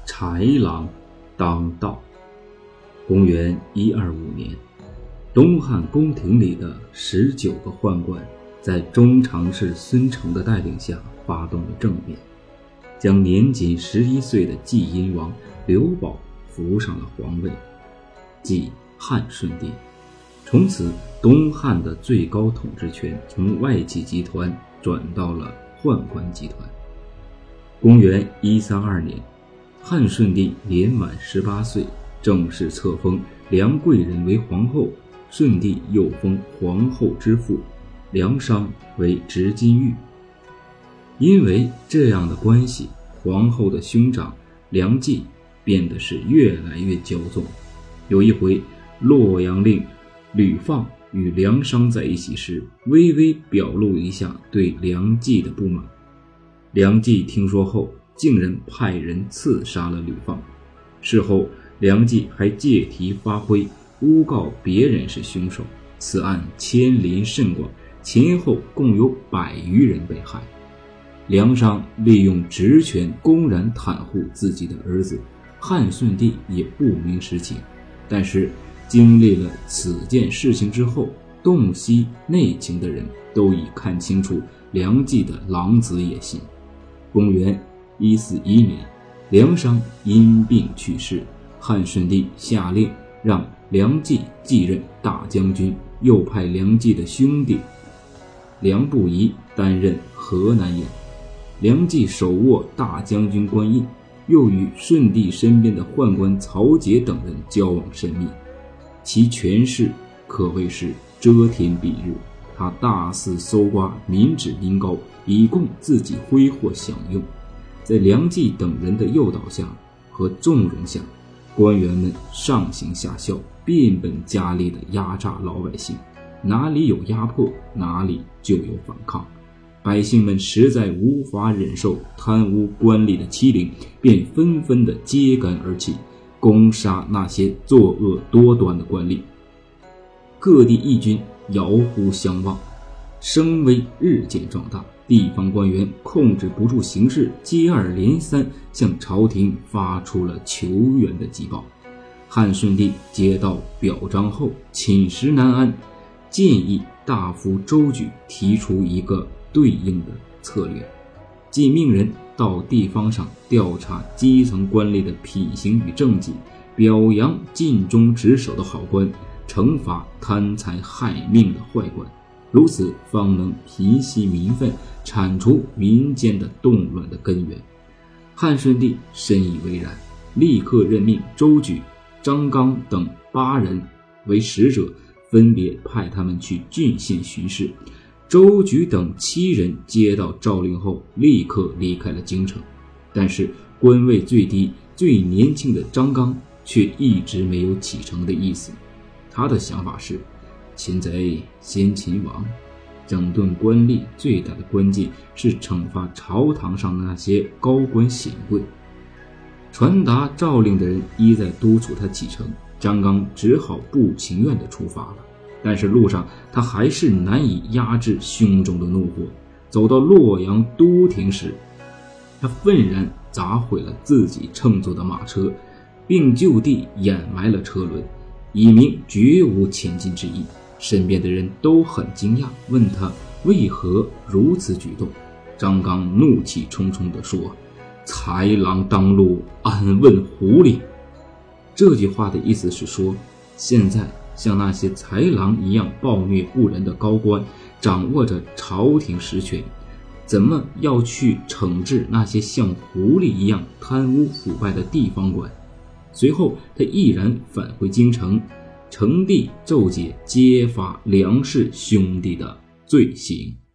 豺狼当道。公元125年，东汉宫廷里的19个宦官在中常侍孙承的带领下发动了政变，将年仅11岁的季阴王刘保扶上了皇位，即汉顺帝。从此，东汉的最高统治权从外戚集团转到了宦官集团。公元132年，汉顺帝年满18岁，正式册封梁贵人为皇后，顺帝又封皇后之父梁商为执金玉。因为这样的关系，皇后的兄长梁冀变得是越来越骄纵。有一回，洛阳令吕放与梁商在一起时，微微表露一下对梁冀的不满。梁冀听说后，竟然派人刺杀了吕放。事后，梁冀还借题发挥，诬告别人是凶手。此案牵连甚广，前后共有100余人被害。梁商利用职权公然袒护自己的儿子，汉顺帝也不明实情。但是经历了此件事情之后，洞悉内情的人都已看清楚梁冀的狼子野心。公元141年，梁商因病去世，汉顺帝下令让梁冀继任大将军，又派梁冀的兄弟梁不疑担任河南尹。梁冀手握大将军官印，又与顺帝身边的宦官曹节等人交往甚密，其权势可谓是遮天蔽日。他大肆搜刮民脂民膏，以供自己挥霍享用。在梁冀等人的诱导下和纵容下，官员们上行下效，变本加厉地压榨老百姓，哪里有压迫，哪里就有反抗。百姓们实在无法忍受贪污官吏的欺凌，便纷纷地揭竿而起，攻杀那些作恶多端的官吏。各地义军遥呼相望，声威日渐壮大，地方官员控制不住形势，接二连三向朝廷发出了求援的急报。汉顺帝接到表彰后寝食难安，建议大夫周举提出一个对应的策略，即命人到地方上调查基层官吏的品行与政绩，表扬尽忠职守的好官，惩罚贪财害命的坏官，如此方能平息民愤，铲除民间的动乱的根源。汉顺帝深以为然，立刻任命周举、张刚等8人为使者，分别派他们去郡县巡视。周举等7人接到诏令后，立刻离开了京城。但是官位最低、最年轻的张刚却一直没有启程的意思。他的想法是，擒贼先擒王，整顿官吏最大的关键是惩罚朝堂上的那些高官显贵。传达诏令的人一再督促他启程，张刚只好不情愿地出发了。但是路上他还是难以压制胸中的怒火。走到洛阳都亭时，他愤然砸毁了自己乘坐的马车，并就地掩埋了车轮，以明绝无前进之意。身边的人都很惊讶，问他为何如此举动。张刚怒气冲冲地说：豺狼当路，安问狐狸。这句话的意思是说，现在像那些豺狼一样暴虐不仁的高官，掌握着朝廷实权，怎么要去惩治那些像狐狸一样贪污腐败的地方官？随后他毅然返回京城，呈递奏解揭发梁氏兄弟的罪行。